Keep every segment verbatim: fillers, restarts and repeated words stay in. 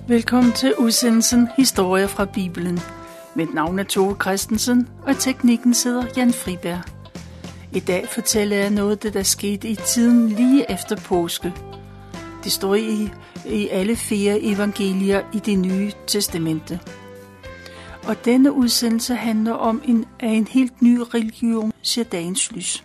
Velkommen til udsendelsen Historier fra Bibelen. Mit navn er Tove Christensen, og i teknikken sidder Jan Friberg. I dag fortæller jeg noget, det der skete i tiden lige efter påske. Det står i, i alle fire evangelier i Det Nye Testamente. Og denne udsendelse handler om en, af en helt ny religion, ser dagens lys.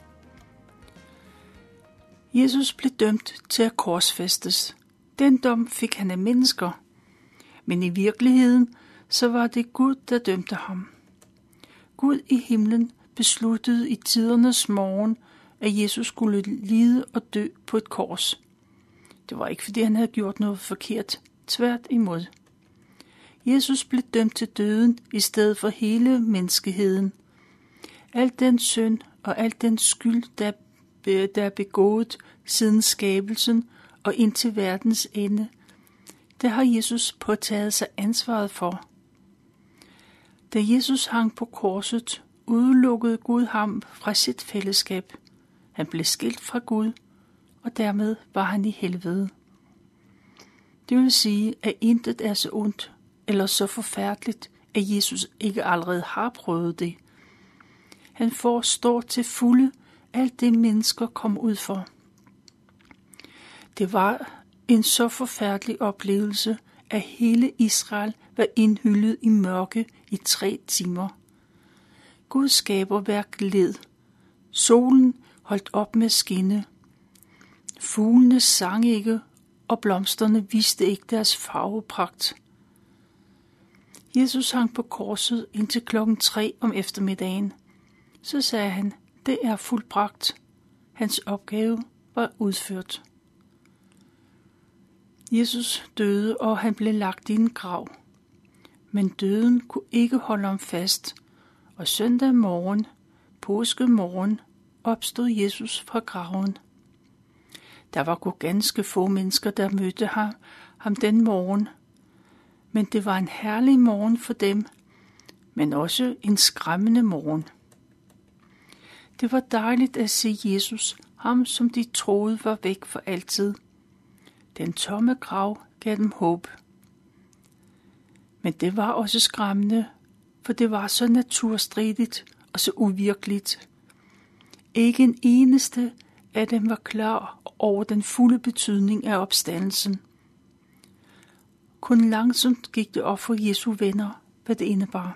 Jesus blev dømt til at korsfæstes. Den dom fik han af mennesker. Men i virkeligheden, så var det Gud, der dømte ham. Gud i himlen besluttede i tidernes morgen, at Jesus skulle lide og dø på et kors. Det var ikke, fordi han havde gjort noget forkert. Tvært imod. Jesus blev dømt til døden i stedet for hele menneskeheden. Alt den synd og alt den skyld, der, der er begået siden skabelsen og indtil verdens ende, det har Jesus påtaget sig ansvaret for. Da Jesus hang på korset, udelukkede Gud ham fra sit fællesskab. Han blev skilt fra Gud, og dermed var han i helvede. Det vil sige, at intet er så ondt eller så forfærdeligt, at Jesus ikke allerede har prøvet det. Han forstår til fulde alt det, mennesker kom ud for. Det var en så forfærdelig oplevelse, at hele Israel var indhyllet i mørke i tre timer. Guds skaberværk led. Solen holdt op med skinne. Fuglene sang ikke, og blomsterne viste ikke deres farvepragt. Jesus hang på korset indtil klokken tre om eftermiddagen. Så sagde han, det er fuldbragt. Hans opgave var udført. Jesus døde, og han blev lagt i en grav. Men døden kunne ikke holde ham fast, og søndag morgen, påskemorgen, opstod Jesus fra graven. Der var kun ganske få mennesker, der mødte ham, ham den morgen, men det var en herlig morgen for dem, men også en skræmmende morgen. Det var dejligt at se Jesus, ham som de troede var væk for altid. Den tomme grav gav dem håb. Men det var også skræmmende, for det var så naturstridigt og så uvirkeligt. Ikke en eneste af dem var klar over den fulde betydning af opstandelsen. Kun langsomt gik det op for Jesu venner, hvad det indebar.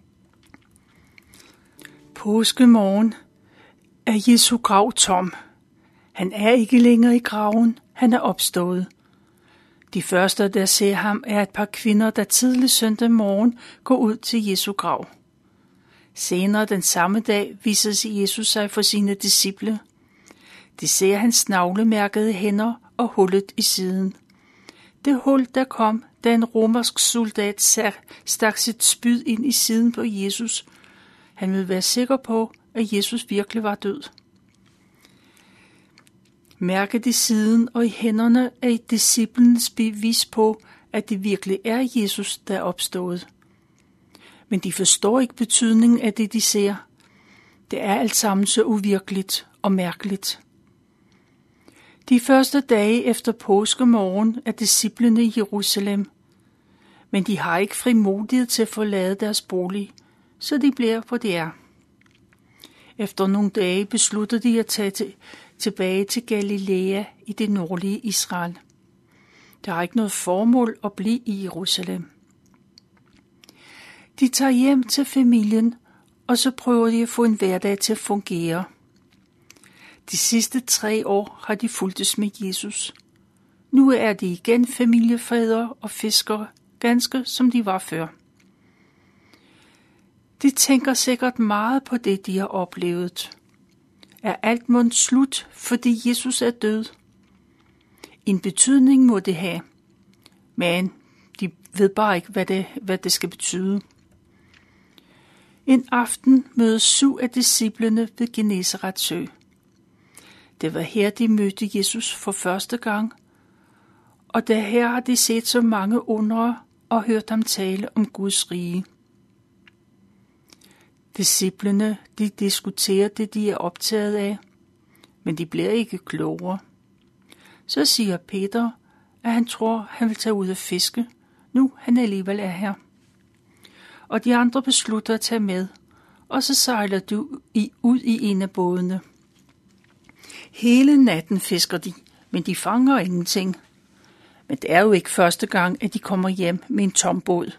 Påskemorgen er Jesu grav tom. Han er ikke længere i graven, han er opstået. De første, der ser ham, er et par kvinder, der tidlig søndag morgen går ud til Jesu grav. Senere den samme dag viser Jesus sig for sine disciple. De ser hans navlemærkede hænder og hullet i siden. Det hul, der kom, da en romersk soldat stak sit spyd ind i siden på Jesus. Han ville være sikker på, at Jesus virkelig var død. Mærket i siden og i hænderne er disciplenes bevis på, at det virkelig er Jesus, der er opstået. Men de forstår ikke betydningen af det, de ser. Det er alt sammen så uvirkeligt og mærkeligt. De første dage efter påskemorgen er disciplene i Jerusalem, men de har ikke frimodighed til at forlade deres bolig, så de bliver, hvor de er. Efter nogle dage beslutter de at tage til, tilbage til Galilea i det nordlige Israel. Der er ikke noget formål at blive i Jerusalem. De tager hjem til familien, og så prøver de at få en hverdag til at fungere. De sidste tre år har de fulgtes med Jesus. Nu er de igen familiefædre og fiskere, ganske som de var før. De tænker sikkert meget på det, de har oplevet. Er alt mundt slut, fordi Jesus er død? En betydning må det have, men de ved bare ikke, hvad det, hvad det skal betyde. En aften mødes syv af disciplene ved Genesarets sø. Det var her, de mødte Jesus for første gang, og der her har de set så mange undre og hørt ham tale om Guds rige. Disciplene, de diskuterer det, de er optaget af, men de bliver ikke klogere. Så siger Peter, at han tror, han vil tage ud og fiske. nu han alligevel er her. Og de andre beslutter at tage med, og så sejler du i, ud i en af bådene. Hele natten fisker de, men de fanger ingenting. Men det er jo ikke første gang, at de kommer hjem med en tom båd.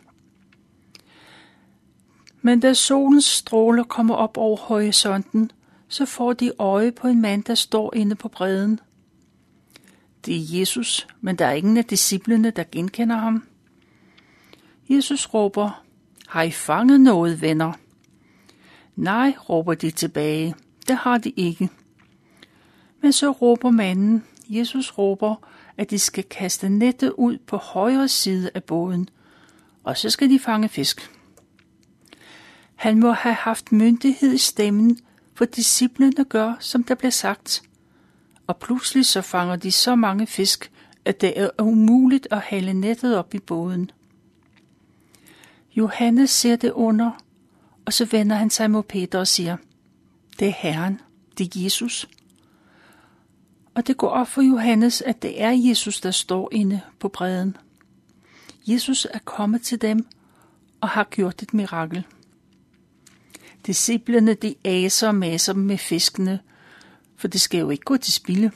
Men da solens stråler kommer op over horisonten, så får de øje på en mand, der står inde på bredden. Det er Jesus, men der er ingen af disciplene, der genkender ham. Jesus råber, har I fanget noget, venner? Nej, råber de tilbage, det har de ikke. Men så råber manden, Jesus råber, at de skal kaste nettet ud på højre side af båden, og så skal de fange fisk. Han må have haft myndighed i stemmen, for disciplene gør, som der bliver sagt. Og pludselig så fanger de så mange fisk, at det er umuligt at hale nettet op i båden. Johannes ser det under, og så vender han sig mod Peter og siger, det er Herren, det er Jesus. Og det går op for Johannes, at det er Jesus, der står inde på bredden. Jesus er kommet til dem og har gjort et mirakel. Disciplene, de aser og maser med fiskene, for det skal jo ikke gå til spilde.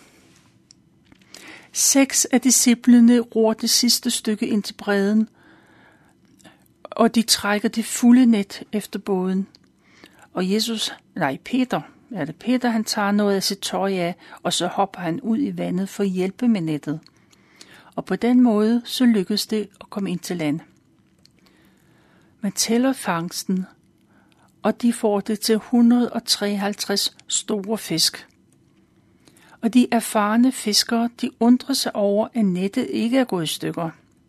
Seks af disciplene ror det sidste stykke ind til bredden, og de trækker det fulde net efter båden. Og Jesus, nej Peter, er det Peter, han tager noget af sit tøj af, og så hopper han ud i vandet for at hjælpe med nettet. Og på den måde, så lykkes det at komme ind til land. Man tæller fangsten, og de får det til et hundrede og treoghalvtreds store fisk. Og de erfarne fiskere, de undrer sig over, at nettet ikke er gået i stykker.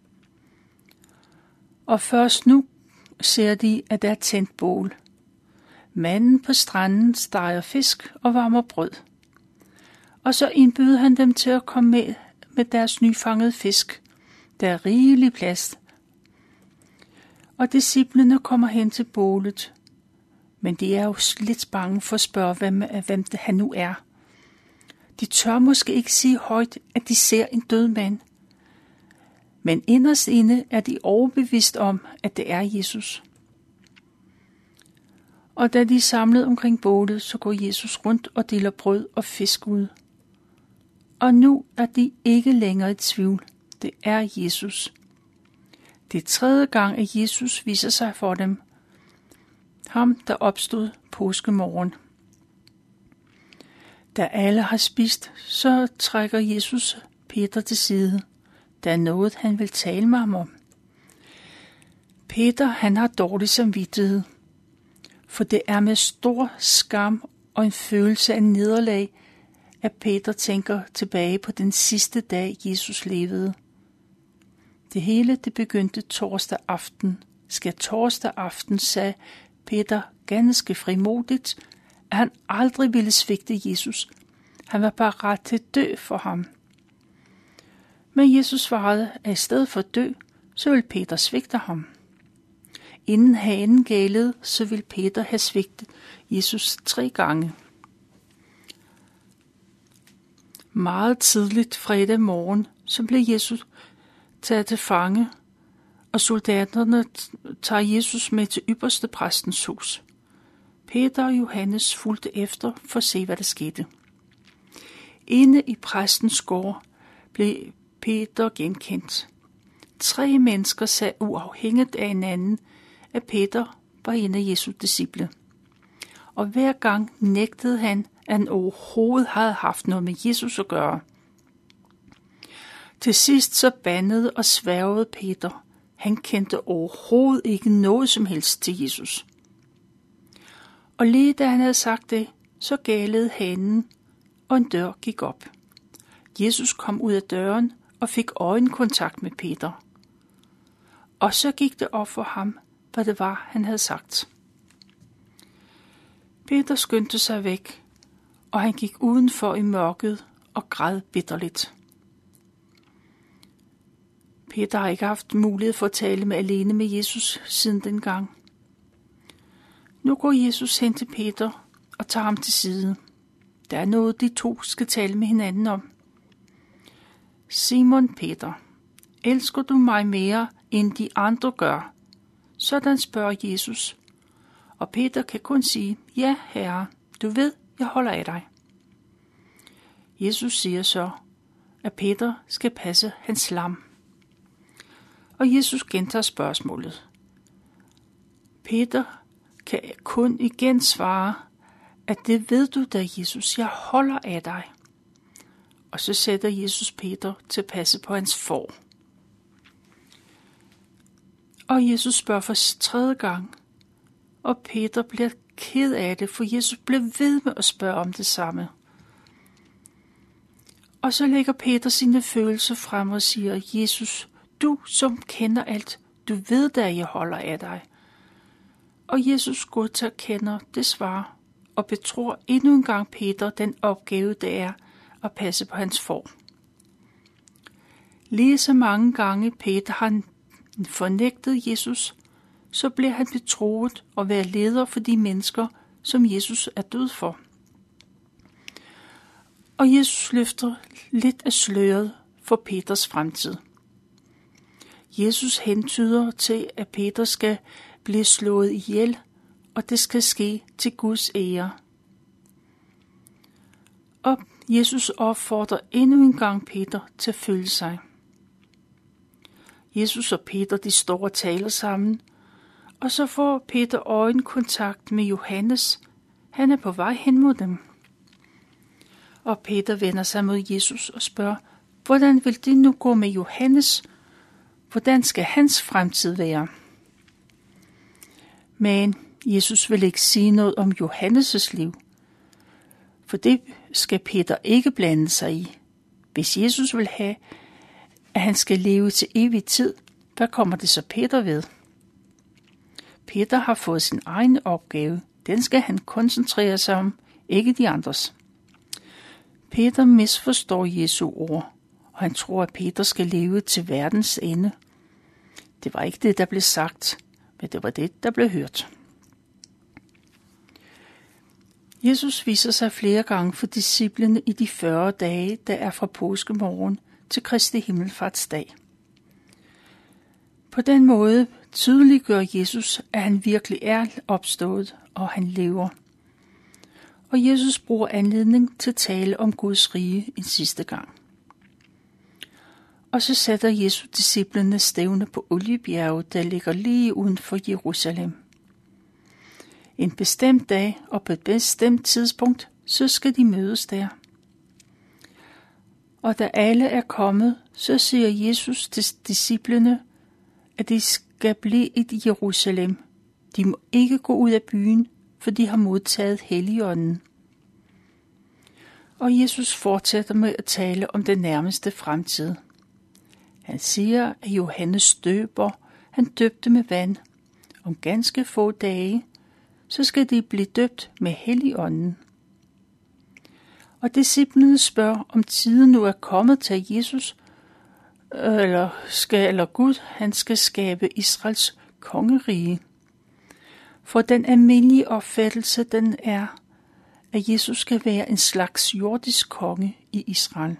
Og først nu ser de, at der er tændt bål. Manden på stranden steger fisk og varmer brød. Og så indbyder han dem til at komme med med deres nyfangede fisk. Der er rigelig plads. Og disciplene kommer hen til bålet. Men de er jo lidt bange for at spørge, hvem, hvem det han nu er. De tør måske ikke sige højt, at de ser en død mand. Men inderst inde er de overbevist om, at det er Jesus. Og da de er samlet omkring bålet, så går Jesus rundt og deler brød og fisk ud. Og nu er de ikke længere i tvivl. Det er Jesus. Det er tredje gang, at Jesus viser sig for dem. Ham, der opstod påskemorgen. Da alle har spist, så trækker Jesus Peter til side. Der er noget, han vil tale med ham om. Peter, han har dårlig samvittighed, for det er med stor skam og en følelse af nederlag, at Peter tænker tilbage på den sidste dag, Jesus levede. Det hele det begyndte torsdag aften. Skal torsdag aften, sagde Peter ganske frimodigt, at han aldrig ville svigte Jesus. Han var bare ret til at dø for ham. Men Jesus svarede, at i stedet for at dø, så ville Peter svigte ham. Inden hanen gælede, så ville Peter have svigtet Jesus tre gange. Meget tidligt fredag morgen, så blev Jesus taget til fange, og soldaterne tager Jesus med til ypperste præstens hus. Peter og Johannes fulgte efter for at se, hvad der skete. Inde i præstens gård blev Peter genkendt. Tre mennesker sagde uafhængigt af hinanden, at Peter var en af Jesu disciple. Og hver gang nægtede han, at han overhovedet havde haft noget med Jesus at gøre. Til sidst så bandede og sværgede Peter. Han kendte overhovedet ikke noget som helst til Jesus. Og lige da han havde sagt det, så galede hanen, og en dør gik op. Jesus kom ud af døren og fik øjenkontakt med Peter. Og så gik det op for ham, hvad det var, han havde sagt. Peter skyndte sig væk, og han gik udenfor i mørket og græd bitterligt. Peter har ikke haft mulighed for at tale med alene med Jesus siden dengang. Nu går Jesus hen til Peter og tager ham til side. Der er noget, de to skal tale med hinanden om. Simon Peter, elsker du mig mere end de andre gør. Sådan spørger Jesus. Og Peter kan kun sige, ja, Herre, du ved, jeg holder af dig. Jesus siger så, at Peter skal passe hans lam. Og Jesus gentager spørgsmålet. Peter kan kun igen svare, at det ved du da, Jesus, jeg holder af dig. Og så sætter Jesus Peter til at passe på hans får. Og Jesus spørger for tredje gang, og Peter bliver ked af det, for Jesus bliver ved med at spørge om det samme. Og så lægger Peter sine følelser frem og siger, Jesus, du som kender alt, du ved da, jeg holder af dig. Og Jesus godtager kender det svar, og betror endnu en gang Peter den opgave, det er at passe på hans får. Lige så mange gange Peter har fornægtet Jesus, så bliver han betroet at være leder for de mennesker, som Jesus er død for. Og Jesus løfter lidt af sløret for Peters fremtid. Jesus hentyder til, at Peter skal blive slået ihjel, og det skal ske til Guds ære. Og Jesus opfordrer endnu en gang Peter til at følge sig. Jesus og Peter, de står og taler sammen, og så får Peter øjenkontakt med Johannes. Han er på vej hen mod dem. Og Peter vender sig mod Jesus og spørger, hvordan vil det nu gå med Johannes? Hvordan skal hans fremtid være? Men Jesus vil ikke sige noget om Johannes' liv, for det skal Peter ikke blande sig i. Hvis Jesus vil have, at han skal leve til evig tid, hvad kommer det så Peter ved? Peter har fået sin egen opgave. Den skal han koncentrere sig om, ikke de andres. Peter misforstår Jesu ord, og han tror, at Peter skal leve til verdens ende. Det var ikke det, der blev sagt, men det var det, der blev hørt. Jesus viser sig flere gange for disciplene i de fyrre dage, der er fra påskemorgen til Kristi himmelfartsdag. På den måde tydeliggør Jesus, at han virkelig er opstået, og han lever. Og Jesus bruger anledning til at tale om Guds rige en sidste gang. Og så sætter Jesus disciplene stævne på Oliebjerget, der ligger lige uden for Jerusalem. En bestemt dag og på et bestemt tidspunkt, så skal de mødes der. Og da alle er kommet, så siger Jesus til disciplene, at de skal blive i Jerusalem. De må ikke gå ud af byen, for de har modtaget Helligånden. Og Jesus fortsætter med at tale om den nærmeste fremtid. Han siger, at Johannes døber, han døbte med vand. Om ganske få dage, så skal de blive døbt med Helligånden. Og disciplene spørger, om tiden nu er kommet til Jesus, eller, skal, eller Gud, han skal skabe Israels kongerige. For den almindelige opfattelse, den er, at Jesus skal være en slags jordisk konge i Israel.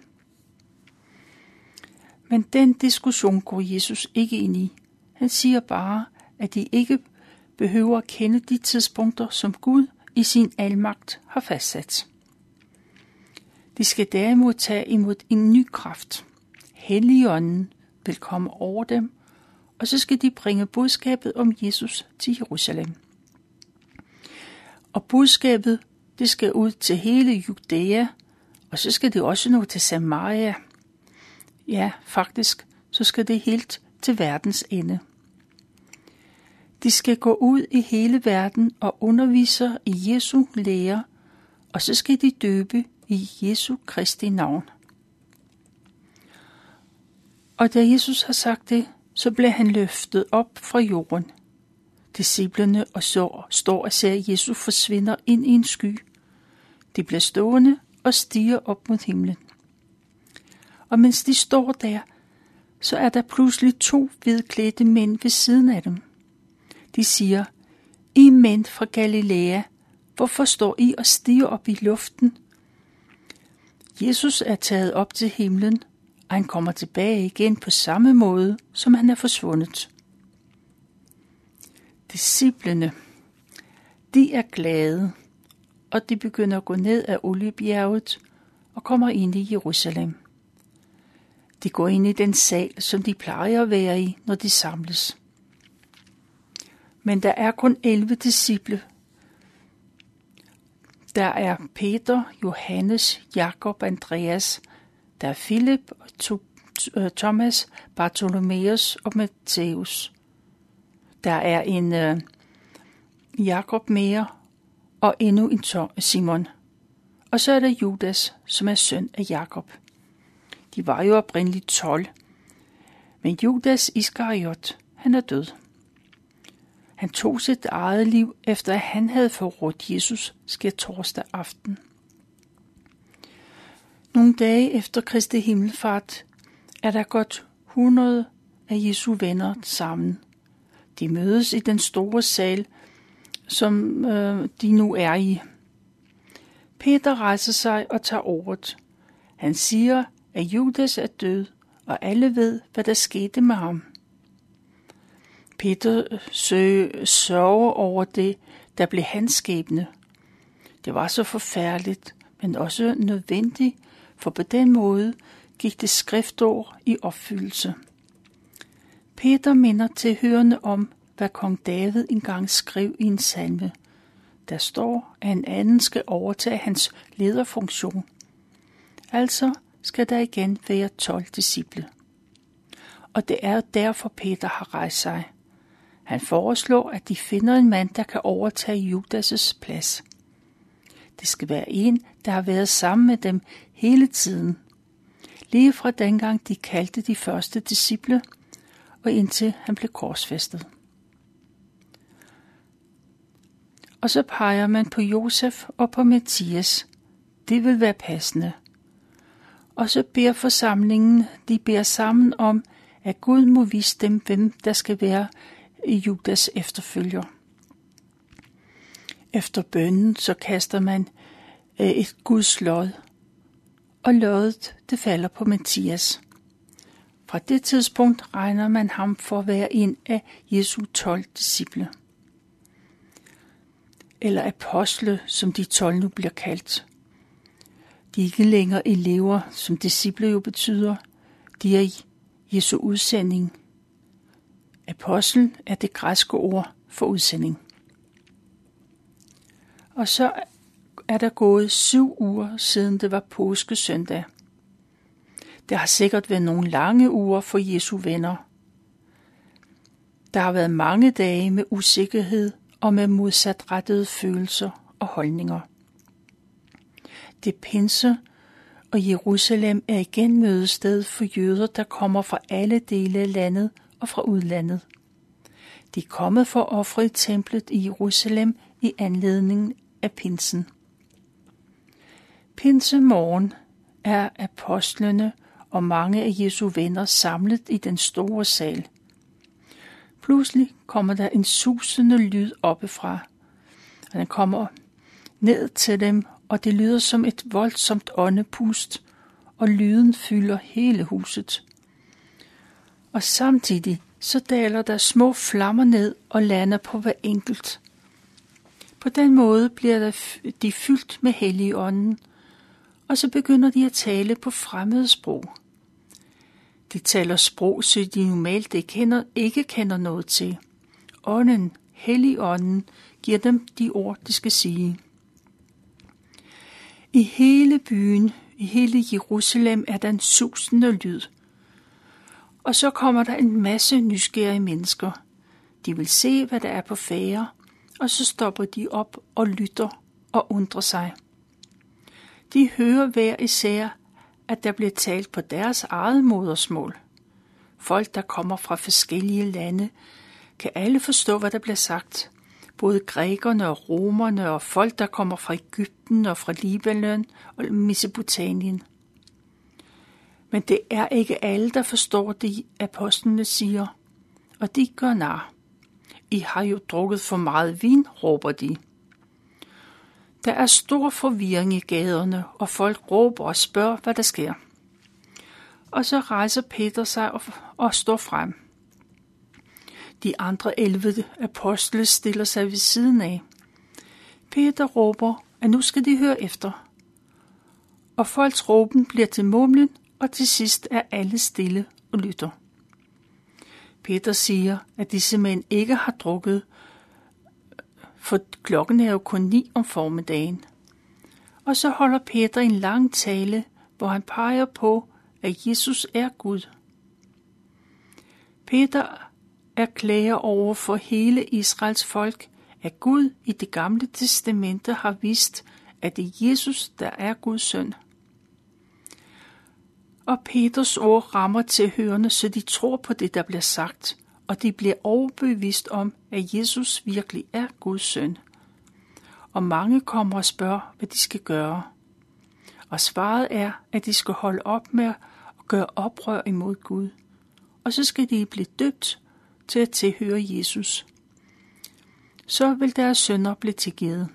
Men den diskussion går Jesus ikke ind i. Han siger bare, at de ikke behøver at kende de tidspunkter, som Gud i sin almagt har fastsat. De skal derimod tage imod en ny kraft. Helligånden vil komme over dem, og så skal de bringe budskabet om Jesus til Jerusalem. Og budskabet, det skal ud til hele Judæa, og så skal det også nå til Samaria. Ja, faktisk, så skal det helt til verdens ende. De skal gå ud i hele verden og undervise i Jesu lære, og så skal de døbe i Jesu Kristi navn. Og da Jesus har sagt det, så bliver han løftet op fra jorden. Disciplene og så står og ser, at Jesus forsvinder ind i en sky. De bliver stående og stiger op mod himlen. Og mens de står der, så er der pludselig to hvidklædte mænd ved siden af dem. De siger, I mænd fra Galilea, hvorfor står I og stiger op i luften? Jesus er taget op til himlen, og og han kommer tilbage igen på samme måde, som han er forsvundet. Disciplene, de er glade, og de begynder at gå ned ad Oliebjerget og kommer ind i Jerusalem. De går ind i den sal, som de plejer at være i, når de samles. Men der er kun elleve disciple. Der er Peter, Johannes, Jakob, Andreas, der er Philip, Thomas, Bartholomeus og Matthæus. Der er en uh, Jakob mere og endnu en Simon. Og så er der Judas, som er søn af Jakob. De var jo oprindeligt tolv, men Judas Iskariot, han er død. Han tog sit eget liv, efter at han havde forrådt Jesus, sker torsdag aften. Nogle dage efter Kristi himmelfart er der godt hundrede af Jesu venner sammen. De mødes i den store sal, som øh, de nu er i. Peter rejser sig og tager ordet. Han siger, at Judas er død, og alle ved, hvad der skete med ham. Peter sørger over det, der blev hans skæbne. Det var så forfærdeligt, men også nødvendigt, for på den måde gik det skriftord i opfyldelse. Peter minder tilhørende om, hvad kong David engang skrev i en salme. Der står, at en anden skal overtage hans lederfunktion. Altså skal der igen være tolv disciple. Og det er derfor, Peter har rejst sig. Han foreslår, at de finder en mand, der kan overtage Judas' plads. Det skal være en, der har været sammen med dem hele tiden. Lige fra dengang de kaldte de første disciple, og indtil han blev korsfæstet. Og så peger man på Josef og på Mathias. Det vil være passende. Og så beder forsamlingen, de beder sammen om, at Gud må vise dem, hvem der skal være Judas efterfølger. Efter bønnen, så kaster man et Guds lod, og loddet, det falder på Mathias. Fra det tidspunkt regner man ham for at være en af Jesu tolv disciple. Eller apostle, som de tolv nu bliver kaldt. De er ikke længere elever, som disciple jo betyder. De er Jesu udsending. Apostel er det græske ord for udsending. Og så er der gået syv uger, siden det var påskesøndag. Det har sikkert været nogle lange uger for Jesu venner. Der har været mange dage med usikkerhed og med modsatrettede følelser og holdninger. Det pinse og Jerusalem er igen mødested for jøder, der kommer fra alle dele af landet og fra udlandet. De er kommet for at ofre i templet i Jerusalem i anledning af pinsen. Pinsemorgen er apostlene og mange af Jesu venner samlet i den store sal. Pludselig kommer der en susende lyd oppefra, og den kommer ned til dem, og det lyder som et voldsomt åndepust, og lyden fylder hele huset. Og samtidig så daler der små flammer ned og lander på hver enkelt. På den måde bliver der de fyldt med Helligånden, og så begynder de at tale på fremmede sprog. De taler sprog, så de normalt ikke kender, ikke kender noget til. Ånden, Helligånden, giver dem de ord, de skal sige. I hele byen, i hele Jerusalem, er der en susende lyd. Og så kommer der en masse nysgerrige mennesker. De vil se, hvad der er på færde, og så stopper de op og lytter og undrer sig. De hører hver især, at der bliver talt på deres eget modersmål. Folk, der kommer fra forskellige lande, kan alle forstå, hvad der bliver sagt. Både grækerne og romerne og folk, der kommer fra Egypten og fra Libanon og Mesopotamien. Men det er ikke alle, der forstår det, apostlene siger, og de gør nar. I har jo drukket for meget vin, råber de. Der er stor forvirring i gaderne, og folk råber og spørger, hvad der sker. og så rejser Peter sig og, og står frem. De andre elleve apostle stiller sig ved siden af. Peter råber, at nu skal de høre efter. Og folks råben bliver til mumlen, og til sidst er alle stille og lytter. Peter siger, at disse mænd ikke har drukket, for klokken er jo kun ni om formiddagen. Og så holder Peter en lang tale, hvor han peger på, at Jesus er Gud. Peter erklærer over for hele Israels folk, at Gud i det gamle testamente har vist, at det er Jesus, der er Guds søn. Og Peters ord rammer tilhørende, så de tror på det, der bliver sagt, og de bliver overbevist om, at Jesus virkelig er Guds søn. Og mange kommer og spørger, hvad de skal gøre. Og svaret er, at de skal holde op med at gøre oprør imod Gud. Og så skal de blive døbt til at tilhøre Jesus. Så vil deres synder blive tilgivet.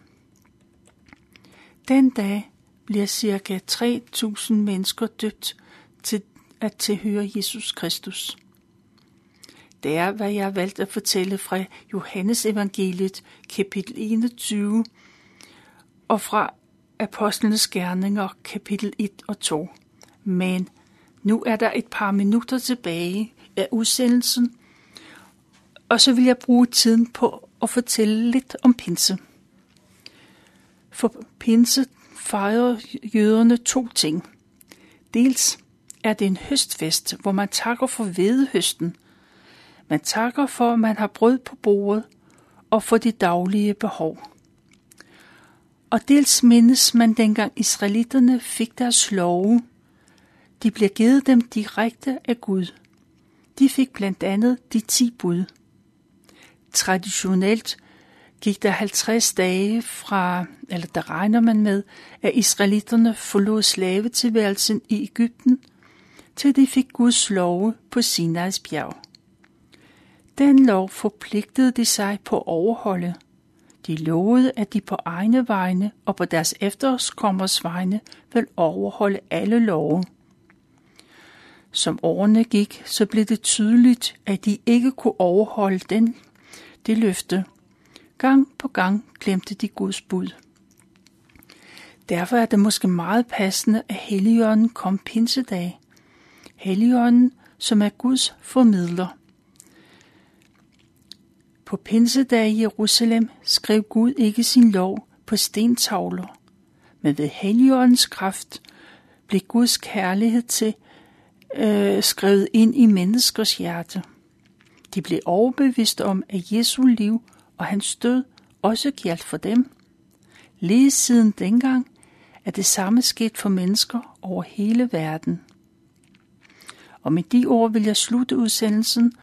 Den dag bliver cirka tre tusind mennesker døbt til at tilhøre Jesus Kristus. Det er, hvad jeg har valgt at fortælle fra Johannes evangeliet, kapitel enogtyve, og fra Apostlenes Gerninger, kapitel et og to. Men nu er der et par minutter tilbage af udsendelsen, og så vil jeg bruge tiden på at fortælle lidt om pinse. For pinse fejrer jøderne to ting. Dels er det en høstfest, hvor man takker for hvedehøsten. Man takker for, at man har brød på bordet og for de daglige behov. Og dels mindes man dengang israelitterne fik deres love. De blev givet dem direkte af Gud. De fik blandt andet de ti bud. Traditionelt gik der halvtreds dage fra, eller der regner man med, at israelitterne forlod slavetilværelsen i Egypten, til de fik Guds love på Sinais bjerg. Den lov forpligtede de sig på at overholde. De lovede, at de på egne vegne og på deres efterkommers vegne vil overholde alle love. Som årene gik, så blev det tydeligt, at de ikke kunne overholde den, det løfte. Gang på gang glemte de Guds bud. Derfor er det måske meget passende, at Helligånden kom pinsedag. Helligånden, som er Guds formidler. På pinsedag i Jerusalem skrev Gud ikke sin lov på stentavler, men ved Helligåndens kraft blev Guds kærlighed til øh, skrevet ind i menneskers hjerte. De blev overbevist om, at Jesu liv og hans død også gjaldt for dem. Lige siden dengang er det samme sket for mennesker over hele verden. Og med de ord vil jeg slutte udsendelsen